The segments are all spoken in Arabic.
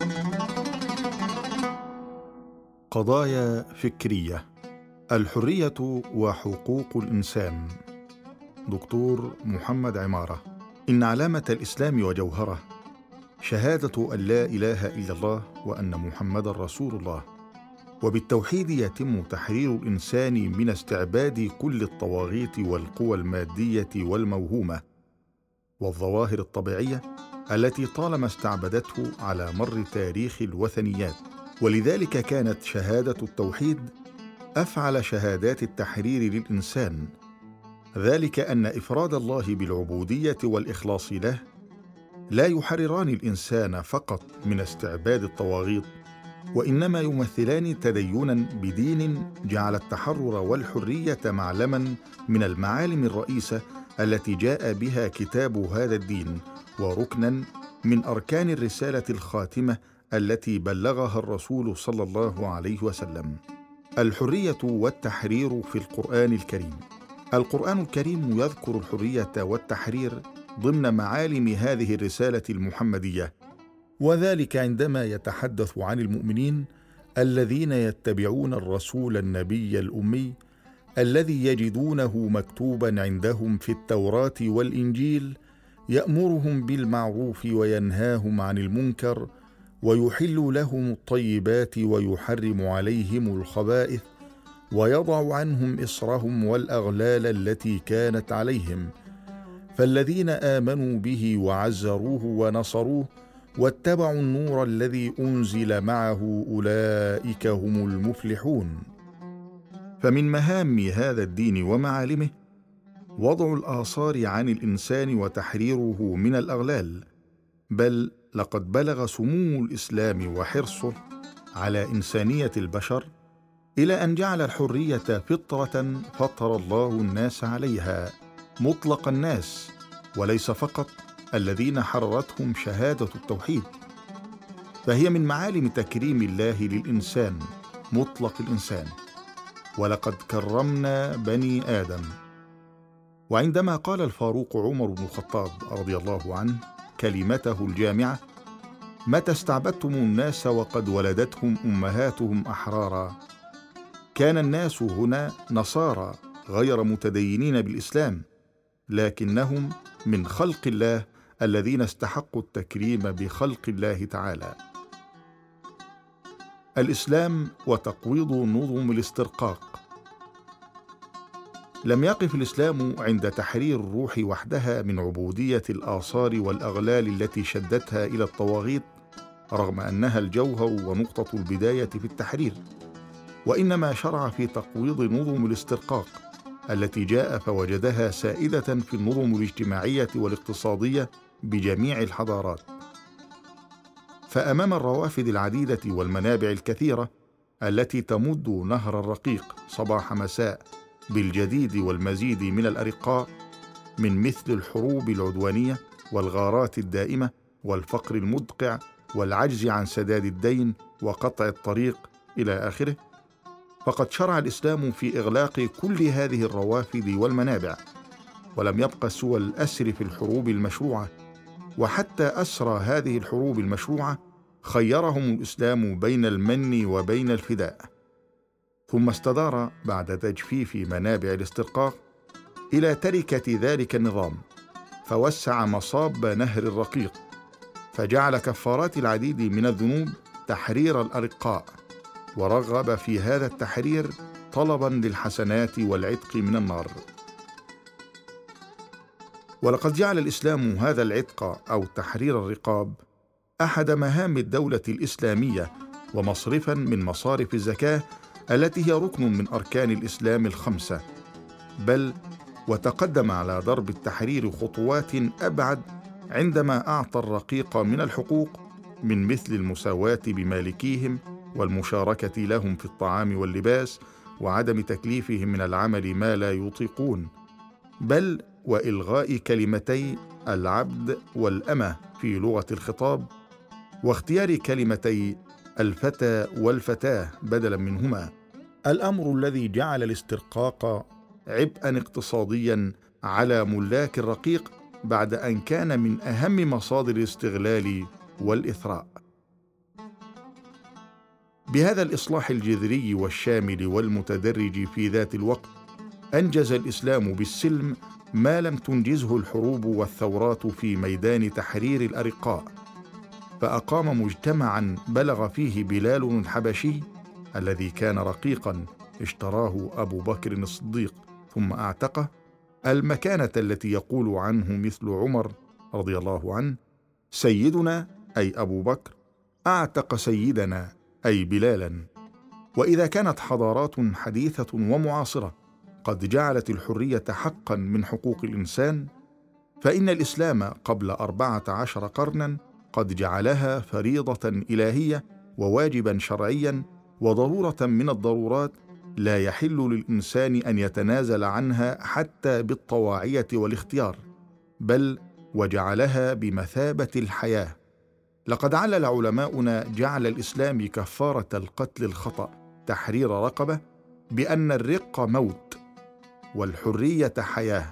قضايا فكرية: الحرية وحقوق الإنسان. دكتور محمد عمارة. إن علامة الإسلام وجوهره شهادة أن لا إله إلا الله وأن محمد رسول الله، وبالتوحيد يتم تحرير الإنسان من استعباد كل الطواغيت والقوى المادية والموهومة والظواهر الطبيعية التي طالما استعبدته على مر تاريخ الوثنيات. ولذلك كانت شهادة التوحيد أفعل شهادات التحرير للإنسان، ذلك أن إفراد الله بالعبودية والإخلاص له لا يحرران الإنسان فقط من استعباد الطواغيت، وإنما يمثلان تدينا بدين جعل التحرر والحرية معلما من المعالم الرئيسة التي جاء بها كتاب هذا الدين، وركنا من أركان الرسالة الخاتمة التي بلغها الرسول صلى الله عليه وسلم. الحرية والتحرير في القرآن الكريم. القرآن الكريم يذكر الحرية والتحرير ضمن معالم هذه الرسالة المحمدية، وذلك عندما يتحدث عن المؤمنين الذين يتبعون الرسول النبي الأمي الذي يجدونه مكتوبا عندهم في التوراة والإنجيل، يأمرهم بالمعروف وينهاهم عن المنكر، ويحل لهم الطيبات ويحرم عليهم الخبائث، ويضع عنهم إصرهم والأغلال التي كانت عليهم. فالذين آمنوا به وعزروه ونصروه واتبعوا النور الذي أنزل معه أولئك هم المفلحون. فمن مهام هذا الدين ومعالمه وضع الآثار عن الإنسان وتحريره من الأغلال، بل لقد بلغ سمو الإسلام وحرصه على إنسانية البشر إلى أن جعل الحرية فطرة فطر الله الناس عليها، مطلق الناس، وليس فقط الذين حررتهم شهادة التوحيد، فهي من معالم تكريم الله للإنسان مطلق الإنسان. ولقد كرمنا بني آدم. وعندما قال الفاروق عمر بن الخطاب رضي الله عنه كلمته الجامعة: متى استعبدتم الناس وقد ولدتهم أمهاتهم أحرارا، كان الناس هنا نصارى غير متدينين بالإسلام، لكنهم من خلق الله الذين استحقوا التكريم بخلق الله تعالى. الإسلام وتقويض نظم الاسترقاق. لم يقف الإسلام عند تحرير الروح وحدها من عبودية الآثار والأغلال التي شدتها إلى الطواغيت، رغم أنها الجوهر ونقطة البداية في التحرير، وإنما شرع في تقويض نظم الاسترقاق التي جاء فوجدها سائدة في النظم الاجتماعية والاقتصادية بجميع الحضارات. فأمام الروافد العديدة والمنابع الكثيرة التي تمد نهر الرقيق صباح مساء بالجديد والمزيد من الأرقاء، من مثل الحروب العدوانية والغارات الدائمة والفقر المدقع والعجز عن سداد الدين وقطع الطريق إلى آخره، فقد شرع الإسلام في إغلاق كل هذه الروافد والمنابع، ولم يبق سوى الأسر في الحروب المشروعة. وحتى أسرى هذه الحروب المشروعة خيرهم الإسلام بين المن وبين الفداء. ثم استدار بعد تجفيف منابع الاسترقاق إلى تركة ذلك النظام، فوسع مصاب نهر الرقيق، فجعل كفارات العديد من الذنوب تحرير الأرقاء، ورغب في هذا التحرير طلبا للحسنات والعتق من النار. ولقد جعل الإسلام هذا العتق أو تحرير الرقاب أحد مهام الدولة الإسلامية، ومصرفا من مصارف الزكاة التي هي ركن من أركان الإسلام الخمسة، بل وتقدم على ضرب التحرير خطوات أبعد عندما أعطى الرقيق من الحقوق، من مثل المساواة بمالكيهم والمشاركة لهم في الطعام واللباس وعدم تكليفهم من العمل ما لا يطيقون، بل وإلغاء كلمتي العبد والأمة في لغة الخطاب، واختيار كلمتي الفتى والفتاة بدلا منهما، الأمر الذي جعل الاسترقاق عبئا اقتصاديا على ملاك الرقيق بعد أن كان من أهم مصادر الاستغلال والإثراء. بهذا الإصلاح الجذري والشامل والمتدرج في ذات الوقت أنجز الإسلام بالسلم ما لم تنجزه الحروب والثورات في ميدان تحرير الأرقاء، فأقام مجتمعا بلغ فيه بلال الحبشي الذي كان رقيقا اشتراه أبو بكر الصديق ثم أعتقه المكانة التي يقول عنه مثل عمر رضي الله عنه: سيدنا أي أبو بكر أعتق سيدنا أي بلالا. وإذا كانت حضارات حديثة ومعاصرة قد جعلت الحرية حقا من حقوق الإنسان، فإن الإسلام قبل 14 قرنا قد جعلها فريضة إلهية وواجبا شرعيا وضرورة من الضرورات لا يحل للإنسان أن يتنازل عنها حتى بالطواعية والاختيار، بل وجعلها بمثابة الحياة. لقد علل علماؤنا جعل الإسلام كفارة القتل الخطأ تحرير رقبة بأن الرق موت والحرية حياة،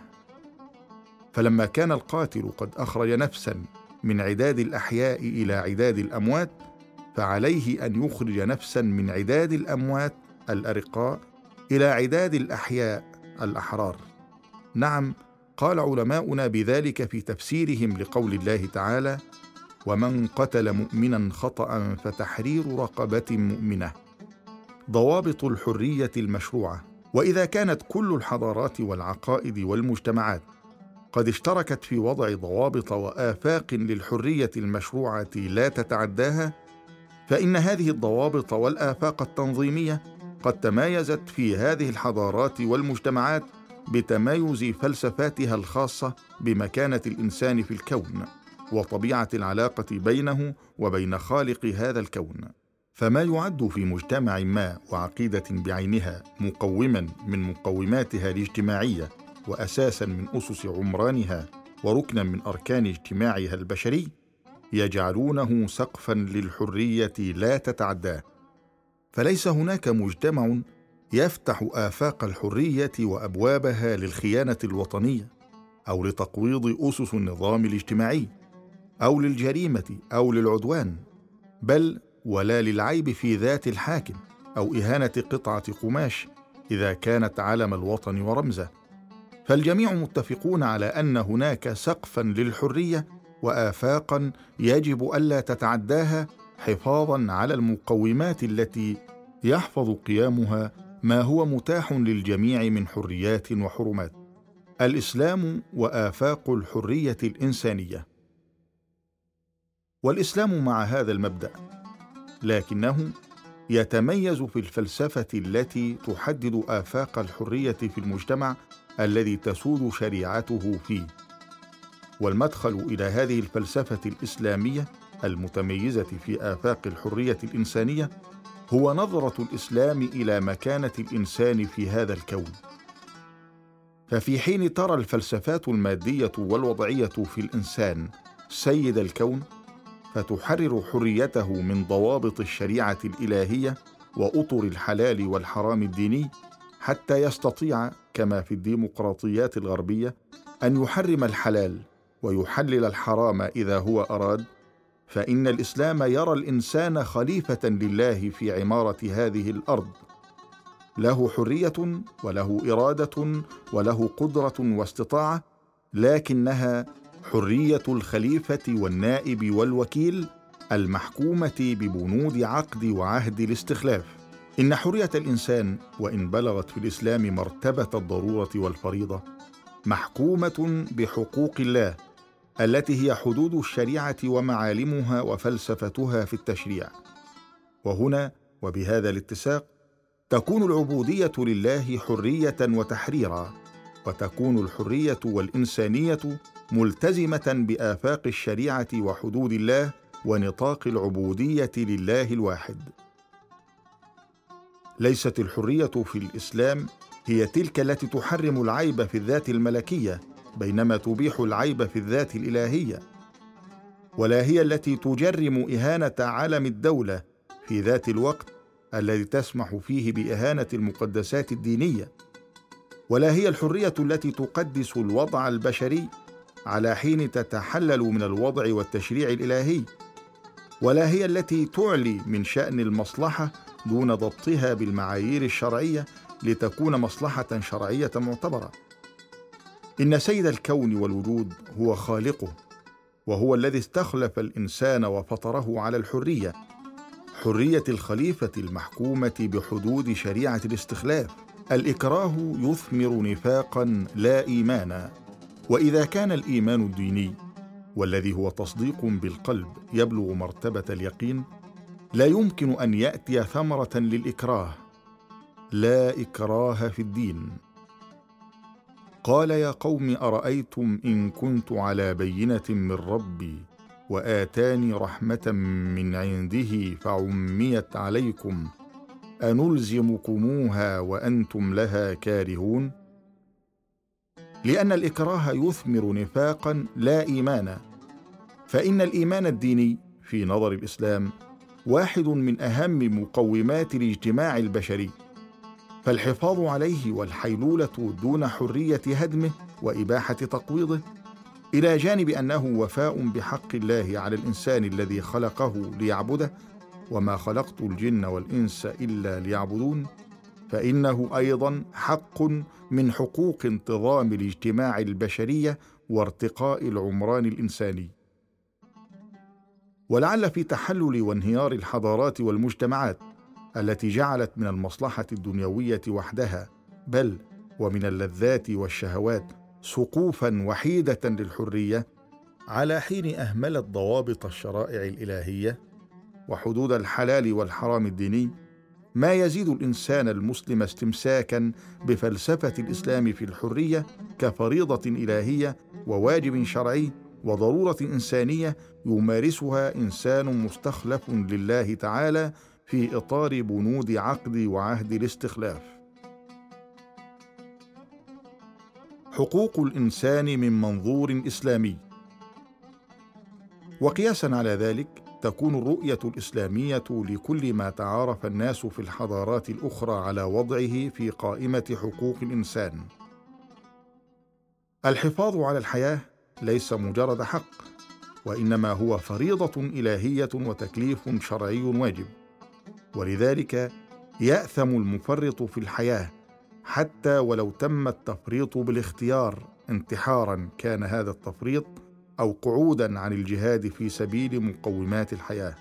فلما كان القاتل قد أخرج نفسا من عداد الأحياء إلى عداد الأموات فعليه أن يخرج نفسا من عداد الأموات الأرقاء إلى عداد الأحياء الأحرار. نعم، قال علماؤنا بذلك في تفسيرهم لقول الله تعالى: ومن قتل مؤمنا خطأ فتحرير رقبة مؤمنة. ضوابط الحرية المشروعة. وإذا كانت كل الحضارات والعقائد والمجتمعات قد اشتركت في وضع ضوابط وآفاق للحرية المشروعة لا تتعداها، فإن هذه الضوابط والآفاق التنظيمية قد تمايزت في هذه الحضارات والمجتمعات بتمايز فلسفاتها الخاصة بمكانة الإنسان في الكون وطبيعة العلاقة بينه وبين خالق هذا الكون. فما يعد في مجتمع ما وعقيدة بعينها مقوما من مقوماتها الاجتماعية وأساسا من أسس عمرانها وركنا من أركان اجتماعها البشري يجعلونه سقفا للحرية لا تتعداه. فليس هناك مجتمع يفتح آفاق الحرية وأبوابها للخيانة الوطنية أو لتقويض أسس النظام الاجتماعي أو للجريمة أو للعدوان، بل ولا للعيب في ذات الحاكم أو إهانة قطعة قماش إذا كانت علم الوطن ورمزه. فالجميع متفقون على أن هناك سقفا للحرية وآفاقا يجب ألا تتعداها حفاظا على المقومات التي يحفظ قيامها ما هو متاح للجميع من حريات وحرمات. الإسلام وآفاق الحرية الإنسانية. والإسلام مع هذا المبدأ، لكنه يتميز في الفلسفة التي تحدد آفاق الحرية في المجتمع الذي تسود شريعته فيه. والمدخل إلى هذه الفلسفة الإسلامية المتميزة في آفاق الحرية الإنسانية هو نظرة الإسلام إلى مكانة الإنسان في هذا الكون. ففي حين ترى الفلسفات المادية والوضعية في الإنسان سيد الكون، فتحرر حريته من ضوابط الشريعة الإلهية وأطر الحلال والحرام الديني حتى يستطيع كما في الديمقراطيات الغربية أن يحرم الحلال ويحلل الحرام إذا هو أراد، فإن الإسلام يرى الإنسان خليفة لله في عمارة هذه الأرض، له حرية وله إرادة وله قدرة واستطاعة، لكنها حرية الخليفة والنائب والوكيل المحكومة ببنود عقد وعهد الاستخلاف. إن حرية الإنسان وإن بلغت في الإسلام مرتبة الضرورة والفريضة محكومة بحقوق الله التي هي حدود الشريعة ومعالمها وفلسفتها في التشريع. وهنا وبهذا الاتساق تكون العبودية لله حرية وتحريرا، وتكون الحرية والإنسانية ملتزمة بآفاق الشريعة وحدود الله ونطاق العبودية لله الواحد. ليست الحرية في الإسلام هي تلك التي تحرم العيب في الذات الملكية بينما تبيح العيب في الذات الإلهية، ولا هي التي تجرم إهانة علم الدولة في ذات الوقت الذي تسمح فيه بإهانة المقدسات الدينية، ولا هي الحرية التي تقدس الوضع البشري على حين تتحلل من الوضع والتشريع الإلهي، ولا هي التي تعلي من شأن المصلحة دون ضبطها بالمعايير الشرعية لتكون مصلحة شرعية معتبرة. إن سيد الكون والوجود هو خالقه، وهو الذي استخلف الإنسان وفطره على الحرية، حرية الخليفة المحكومة بحدود شريعة الاستخلاف. الإكراه يثمر نفاقا لا إيمانا، وإذا كان الإيمان الديني والذي هو تصديق بالقلب يبلغ مرتبة اليقين، لا يمكن أن يأتي ثمرة للإكراه. لا إكراه في الدين. قال: يا قوم أرأيتم إن كنت على بينة من ربي وآتاني رحمة من عنده فعميت عليكم أنلزمكموها وأنتم لها كارهون. لأن الإكراه يثمر نفاقا لا إيمانا، فإن الإيمان الديني في نظر الإسلام واحد من أهم مقومات الاجتماع البشري، فالحفاظ عليه والحيلولة دون حرية هدمه وإباحة تقويضه، إلى جانب أنه وفاء بحق الله على الإنسان الذي خلقه ليعبده، وما خلقت الجن والإنس إلا ليعبدون، فإنه أيضا حق من حقوق انتظام الاجتماع البشرية وارتقاء العمران الإنساني. ولعل في تحلل وانهيار الحضارات والمجتمعات التي جعلت من المصلحة الدنيوية وحدها، بل ومن اللذات والشهوات، سقوفا وحيدة للحرية، على حين أهملت ضوابط الشرائع الإلهية وحدود الحلال والحرام الديني، ما يزيد الإنسان المسلم استمساكا بفلسفة الإسلام في الحرية كفريضة إلهية وواجب شرعي وضرورة إنسانية يمارسها إنسان مستخلف لله تعالى في إطار بنود عقد وعهد الاستخلاف. حقوق الإنسان من منظور إسلامي. وقياسا على ذلك تكون الرؤية الإسلامية لكل ما تعارف الناس في الحضارات الأخرى على وضعه في قائمة حقوق الإنسان. الحفاظ على الحياة ليس مجرد حق، وإنما هو فريضة إلهية وتكليف شرعي واجب، ولذلك يأثم المفرط في الحياة حتى ولو تم التفريط بالاختيار، انتحارا كان هذا التفريط أو قعودا عن الجهاد في سبيل مقومات الحياة.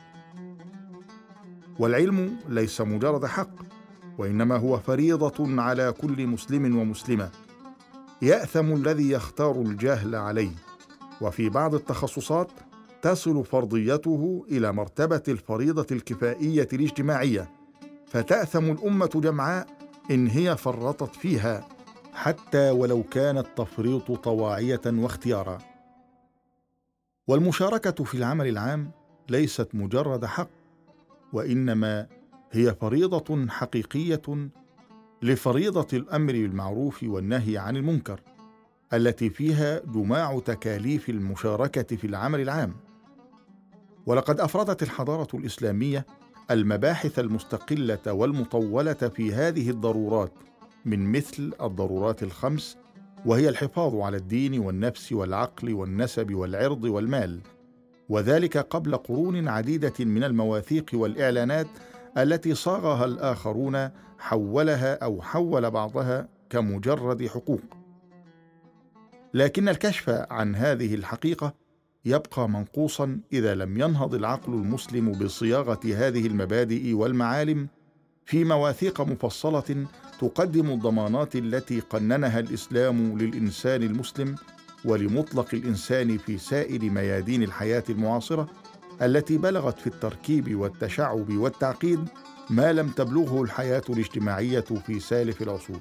والعلم ليس مجرد حق، وإنما هو فريضة على كل مسلم ومسلمة، يأثم الذي يختار الجهل عليه، وفي بعض التخصصات تصل فرضيته إلى مرتبة الفريضة الكفائية الاجتماعية، فتأثم الأمة جمعاء إن هي فرطت فيها، حتى ولو كان التفريط طواعية واختيارا. والمشاركة في العمل العام ليست مجرد حق، وإنما هي فريضة حقيقية لفريضة الأمر بالمعروف والنهي عن المنكر، التي فيها جماع تكاليف المشاركة في العمل العام. ولقد أفردت الحضارة الإسلامية المباحث المستقلة والمطولة في هذه الضرورات، من مثل الضرورات الخمس، وهي الحفاظ على الدين والنفس والعقل والنسب والعرض والمال، وذلك قبل قرون عديدة من المواثيق والإعلانات التي صاغها الآخرون حولها أو حول بعضها كمجرد حقوق. لكن الكشف عن هذه الحقيقة يبقى منقوصا إذا لم ينهض العقل المسلم بصياغة هذه المبادئ والمعالم في مواثيق مفصلة تقدم الضمانات التي قننها الإسلام للإنسان المسلم ولمطلق الإنسان في سائر ميادين الحياة المعاصرة، التي بلغت في التركيب والتشعب والتعقيد ما لم تبلغه الحياة الاجتماعية في سالف العصور.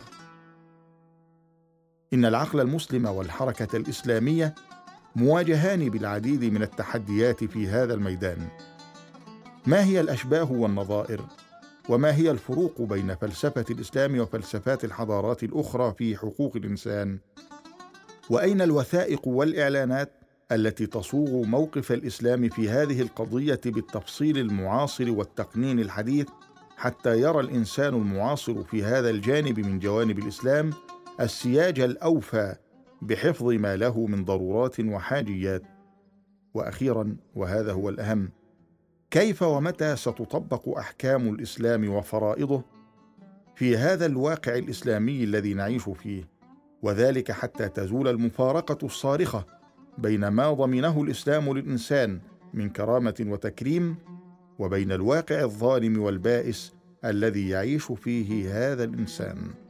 إن العقل المسلم والحركة الإسلامية مواجهان بالعديد من التحديات في هذا الميدان. ما هي الأشباه والنظائر؟ وما هي الفروق بين فلسفة الإسلام وفلسفات الحضارات الأخرى في حقوق الإنسان؟ وأين الوثائق والإعلانات التي تصوغ موقف الإسلام في هذه القضية بالتفصيل المعاصر والتقنين الحديث، حتى يرى الإنسان المعاصر في هذا الجانب من جوانب الإسلام السياج الأوفى بحفظ ما له من ضرورات وحاجيات؟ وأخيرا، وهذا هو الأهم، كيف ومتى ستطبق أحكام الإسلام وفرائضه في هذا الواقع الإسلامي الذي نعيش فيه، وذلك حتى تزول المفارقة الصارخة بين ما ضمنه الإسلام للإنسان من كرامة وتكريم وبين الواقع الظالم والبائس الذي يعيش فيه هذا الإنسان.